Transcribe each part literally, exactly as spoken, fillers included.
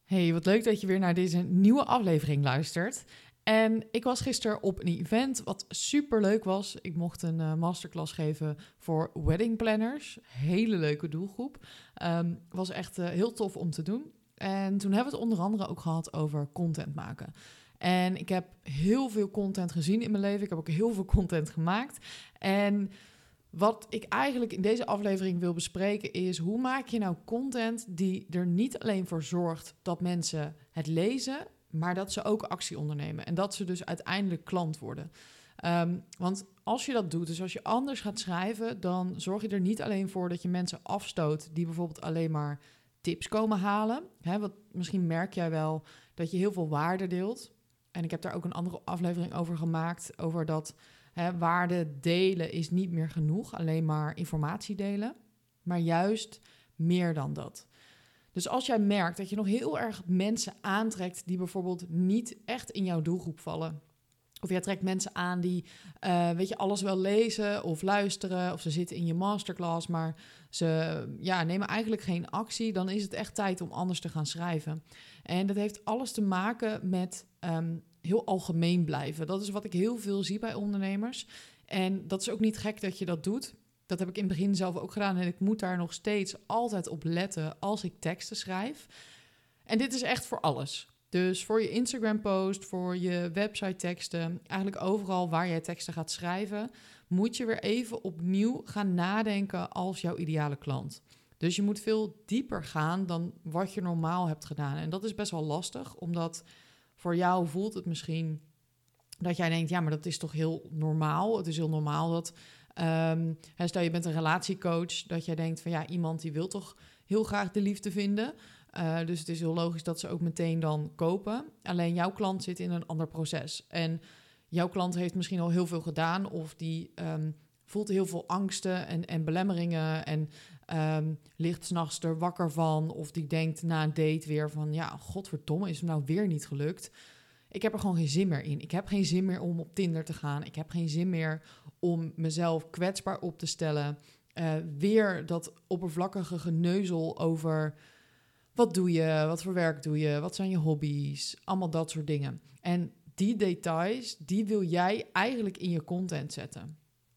Hey, wat leuk dat je weer naar deze nieuwe aflevering luistert. En ik was gisteren op een event wat super leuk was. Ik mocht een uh, masterclass geven voor wedding planners. Hele leuke doelgroep. Um, was echt uh, heel tof om te doen. En toen hebben we het onder andere ook gehad over content maken. En ik heb heel veel content gezien in mijn leven. Ik heb ook heel veel content gemaakt. En wat ik eigenlijk in deze aflevering wil bespreken is: hoe maak je nou content die er niet alleen voor zorgt dat mensen het lezen, maar dat ze ook actie ondernemen en dat ze dus uiteindelijk klant worden. Um, want als je dat doet, dus als je anders gaat schrijven, dan zorg je er niet alleen voor dat je mensen afstoot die bijvoorbeeld alleen maar tips komen halen. Hè, wat, misschien merk jij wel dat je heel veel waarde deelt. En ik heb daar ook een andere aflevering over gemaakt, over dat He, waarde delen is niet meer genoeg, alleen maar informatie delen, maar juist meer dan dat. Dus als jij merkt dat je nog heel erg mensen aantrekt die bijvoorbeeld niet echt in jouw doelgroep vallen, of jij trekt mensen aan die, uh, weet je, alles wel lezen of luisteren, of ze zitten in je masterclass, maar ze ja, nemen eigenlijk geen actie, dan is het echt tijd om anders te gaan schrijven. En dat heeft alles te maken met Um, heel algemeen blijven. Dat is wat ik heel veel zie bij ondernemers. En dat is ook niet gek dat je dat doet. Dat heb ik in het begin zelf ook gedaan. En ik moet daar nog steeds altijd op letten als ik teksten schrijf. En dit is echt voor alles. Dus voor je Instagram-post, voor je website-teksten, eigenlijk overal waar jij teksten gaat schrijven, moet je weer even opnieuw gaan nadenken als jouw ideale klant. Dus je moet veel dieper gaan dan wat je normaal hebt gedaan. En dat is best wel lastig, omdat voor jou voelt het misschien dat jij denkt, ja, maar dat is toch heel normaal. Het is heel normaal dat, um, stel je bent een relatiecoach, dat jij denkt van ja, iemand die wil toch heel graag de liefde vinden. Uh, dus het is heel logisch dat ze ook meteen dan kopen. Alleen jouw klant zit in een ander proces. En jouw klant heeft misschien al heel veel gedaan of die um, voelt heel veel angsten en, en belemmeringen en um, ligt 's nachts er wakker van. Of die denkt na een date weer van ja, godverdomme, is het nou weer niet gelukt. Ik heb er gewoon geen zin meer in. Ik heb geen zin meer om op Tinder te gaan. Ik heb geen zin meer om mezelf kwetsbaar op te stellen. Uh, weer dat oppervlakkige geneuzel over wat doe je, wat voor werk doe je, wat zijn je hobby's, allemaal dat soort dingen. En die details, die wil jij eigenlijk in je content zetten.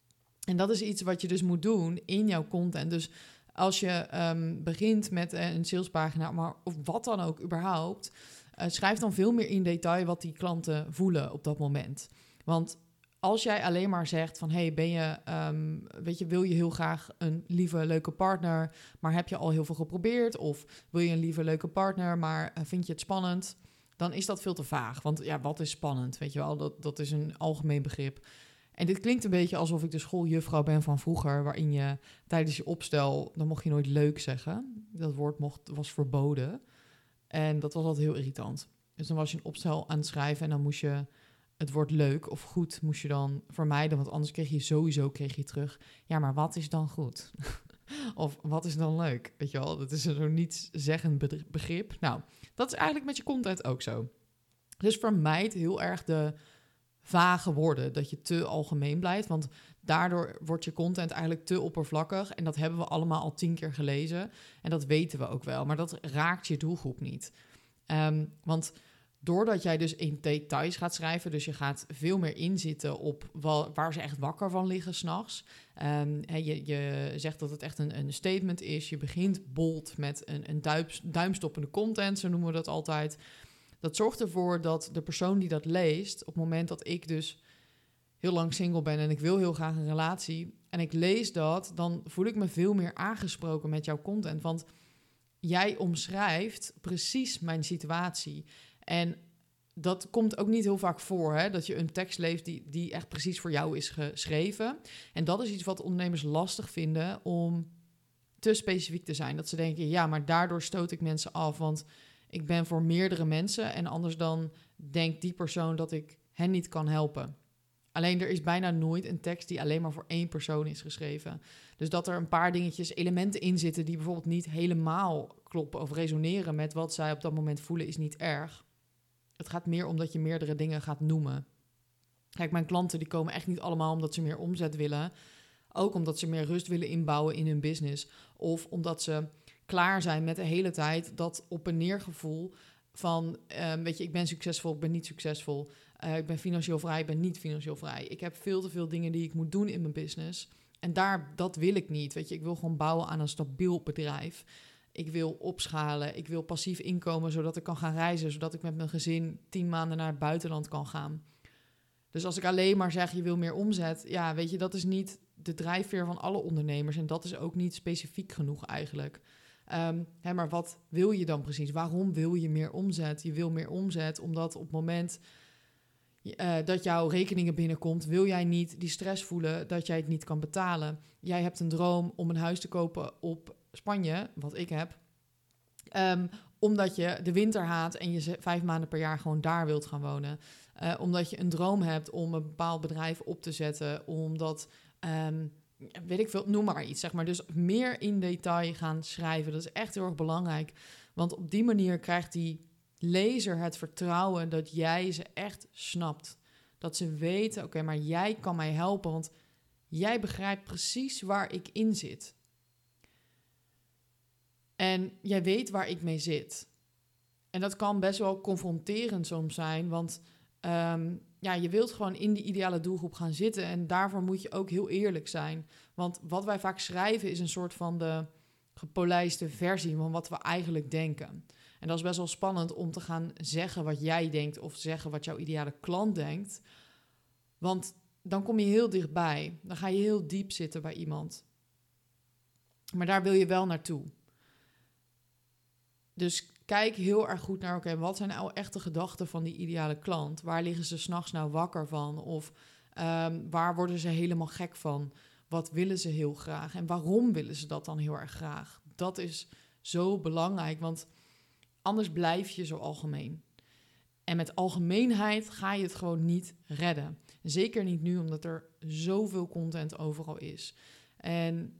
En dat is iets wat je dus moet doen in jouw content. Dus als je um, begint met een salespagina, maar of wat dan ook überhaupt, uh, schrijf dan veel meer in detail wat die klanten voelen op dat moment. Want als jij alleen maar zegt van, hey, ben je, um, weet je, wil je heel graag een lieve, leuke partner, maar heb je al heel veel geprobeerd? Of wil je een lieve, leuke partner, maar uh, vind je het spannend? Dan is dat veel te vaag. Want ja, wat is spannend? Weet je wel, dat, dat is een algemeen begrip. En dit klinkt een beetje alsof ik de schooljuffrouw ben van vroeger, waarin je tijdens je opstel, dan mocht je nooit leuk zeggen. Dat woord mocht, was verboden. En dat was altijd heel irritant. Dus dan was je een opstel aan het schrijven en dan moest je het woord leuk of goed moest je dan vermijden, want anders kreeg je sowieso kreeg je terug, ja, maar wat is dan goed? Of wat is dan leuk? Weet je wel, dat is een zo'n nietszeggend begrip. Nou, dat is eigenlijk met je content ook zo. Dus vermijd heel erg de vage woorden, dat je te algemeen blijft, want daardoor wordt je content eigenlijk te oppervlakkig en dat hebben we allemaal al tien keer gelezen en dat weten we ook wel, maar dat raakt je doelgroep niet. Um, want doordat jij dus in details gaat schrijven, dus je gaat veel meer inzitten op wel, waar ze echt wakker van liggen 's nachts. Um, je, je zegt dat het echt een, een statement is, je begint bold met een, een duim, duimstoppende content, zo noemen we dat altijd. Dat zorgt ervoor dat de persoon die dat leest, op het moment dat ik dus heel lang single ben en ik wil heel graag een relatie en ik lees dat, dan voel ik me veel meer aangesproken met jouw content. Want jij omschrijft precies mijn situatie. En dat komt ook niet heel vaak voor, hè? Dat je een tekst leest die, die echt precies voor jou is geschreven. En dat is iets wat ondernemers lastig vinden om te specifiek te zijn. Dat ze denken, ja, maar daardoor stoot ik mensen af, want ik ben voor meerdere mensen en anders dan denkt die persoon dat ik hen niet kan helpen. Alleen er is bijna nooit een tekst die alleen maar voor één persoon is geschreven. Dus dat er een paar dingetjes, elementen in zitten die bijvoorbeeld niet helemaal kloppen of resoneren met wat zij op dat moment voelen, is niet erg. Het gaat meer om dat je meerdere dingen gaat noemen. Kijk, mijn klanten die komen echt niet allemaal omdat ze meer omzet willen. Ook omdat ze meer rust willen inbouwen in hun business. Of omdat ze klaar zijn met de hele tijd dat op- en neergevoel van, um, weet je, ik ben succesvol, ik ben niet succesvol. Uh, ik ben financieel vrij, ik ben niet financieel vrij. Ik heb veel te veel dingen die ik moet doen in mijn business. En daar, dat wil ik niet. Weet je, ik wil gewoon bouwen aan een stabiel bedrijf. Ik wil opschalen. Ik wil passief inkomen, zodat ik kan gaan reizen. Zodat ik met mijn gezin tien maanden naar het buitenland kan gaan. Dus als ik alleen maar zeg, je wil meer omzet. Ja, weet je, dat is niet de drijfveer van alle ondernemers. En dat is ook niet specifiek genoeg eigenlijk. Um, hè, maar wat wil je dan precies? Waarom wil je meer omzet? Je wil meer omzet omdat op het moment uh, dat jouw rekeningen binnenkomt, wil jij niet die stress voelen dat jij het niet kan betalen. Jij hebt een droom om een huis te kopen op Spanje, wat ik heb. Um, omdat je de winter haat en je vijf maanden per jaar gewoon daar wilt gaan wonen. Uh, omdat je een droom hebt om een bepaald bedrijf op te zetten. Omdat, um, weet ik veel, noem maar iets, zeg maar. Dus meer in detail gaan schrijven. Dat is echt heel erg belangrijk. Want op die manier krijgt die lezer het vertrouwen dat jij ze echt snapt. Dat ze weten, oké, okay, maar jij kan mij helpen. Want jij begrijpt precies waar ik in zit. En jij weet waar ik mee zit. En dat kan best wel confronterend soms zijn, want um, ja, je wilt gewoon in die ideale doelgroep gaan zitten en daarvoor moet je ook heel eerlijk zijn. Want wat wij vaak schrijven is een soort van de gepolijste versie van wat we eigenlijk denken. En dat is best wel spannend om te gaan zeggen wat jij denkt of zeggen wat jouw ideale klant denkt. Want dan kom je heel dichtbij. Dan ga je heel diep zitten bij iemand. Maar daar wil je wel naartoe. Dus kijk heel erg goed naar, oké, okay, wat zijn nou echte gedachten van die ideale klant? Waar liggen ze 's nachts nou wakker van? Of um, waar worden ze helemaal gek van? Wat willen ze heel graag? En waarom willen ze dat dan heel erg graag? Dat is zo belangrijk, want anders blijf je zo algemeen. En met algemeenheid ga je het gewoon niet redden. Zeker niet nu, omdat er zoveel content overal is. En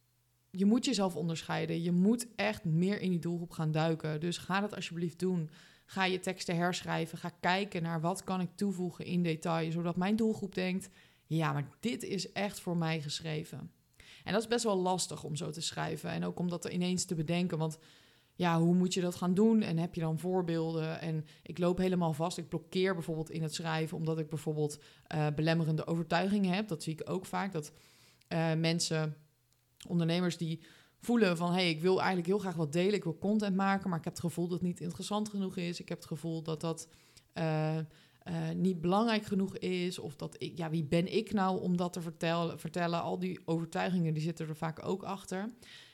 je moet jezelf onderscheiden. Je moet echt meer in die doelgroep gaan duiken. Dus ga dat alsjeblieft doen. Ga je teksten herschrijven. Ga kijken naar wat kan ik toevoegen in detail. Zodat mijn doelgroep denkt, ja, maar dit is echt voor mij geschreven. En dat is best wel lastig om zo te schrijven. En ook om dat ineens te bedenken. Want ja, hoe moet je dat gaan doen? En heb je dan voorbeelden? En ik loop helemaal vast. Ik blokkeer bijvoorbeeld in het schrijven, omdat ik bijvoorbeeld uh, belemmerende overtuigingen heb. Dat zie ik ook vaak. Dat uh, mensen, ondernemers die voelen van, hé, hey, ik wil eigenlijk heel graag wat delen. Ik wil content maken, maar ik heb het gevoel dat het niet interessant genoeg is. Ik heb het gevoel dat dat uh, uh, niet belangrijk genoeg is. Of dat ik, ja, wie ben ik nou om dat te vertellen? vertellen? Al die overtuigingen, die zitten er vaak ook achter.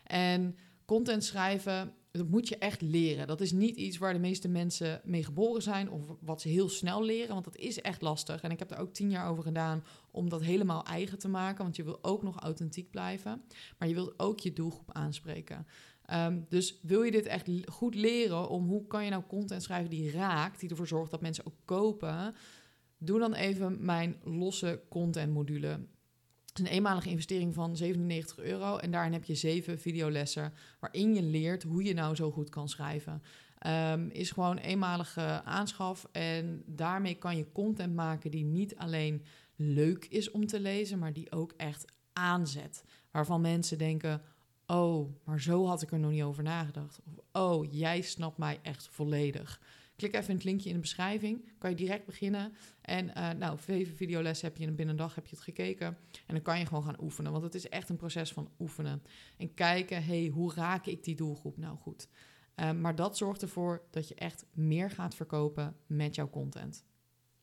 En content schrijven, dat moet je echt leren. Dat is niet iets waar de meeste mensen mee geboren zijn of wat ze heel snel leren, want dat is echt lastig. En ik heb daar ook tien jaar over gedaan om dat helemaal eigen te maken, want je wil ook nog authentiek blijven, maar je wilt ook je doelgroep aanspreken. Um, dus wil je dit echt goed leren om hoe kan je nou content schrijven die raakt, die ervoor zorgt dat mensen ook kopen, doe dan even mijn losse content module. Het is een eenmalige investering van zevenennegentig euro en daarin heb je zeven videolessen waarin je leert hoe je nou zo goed kan schrijven. Um, is gewoon een eenmalige aanschaf en daarmee kan je content maken die niet alleen leuk is om te lezen, maar die ook echt aanzet. Waarvan mensen denken, oh, maar zo had ik er nog niet over nagedacht. Of, oh, jij snapt mij echt volledig. Klik even in het linkje in de beschrijving. Kan je direct beginnen. En uh, nou, zeven videolessen heb je en binnen een dag heb je het gekeken. En dan kan je gewoon gaan oefenen. Want het is echt een proces van oefenen. En kijken, hey, hoe raak ik die doelgroep nou goed? Uh, maar dat zorgt ervoor dat je echt meer gaat verkopen met jouw content.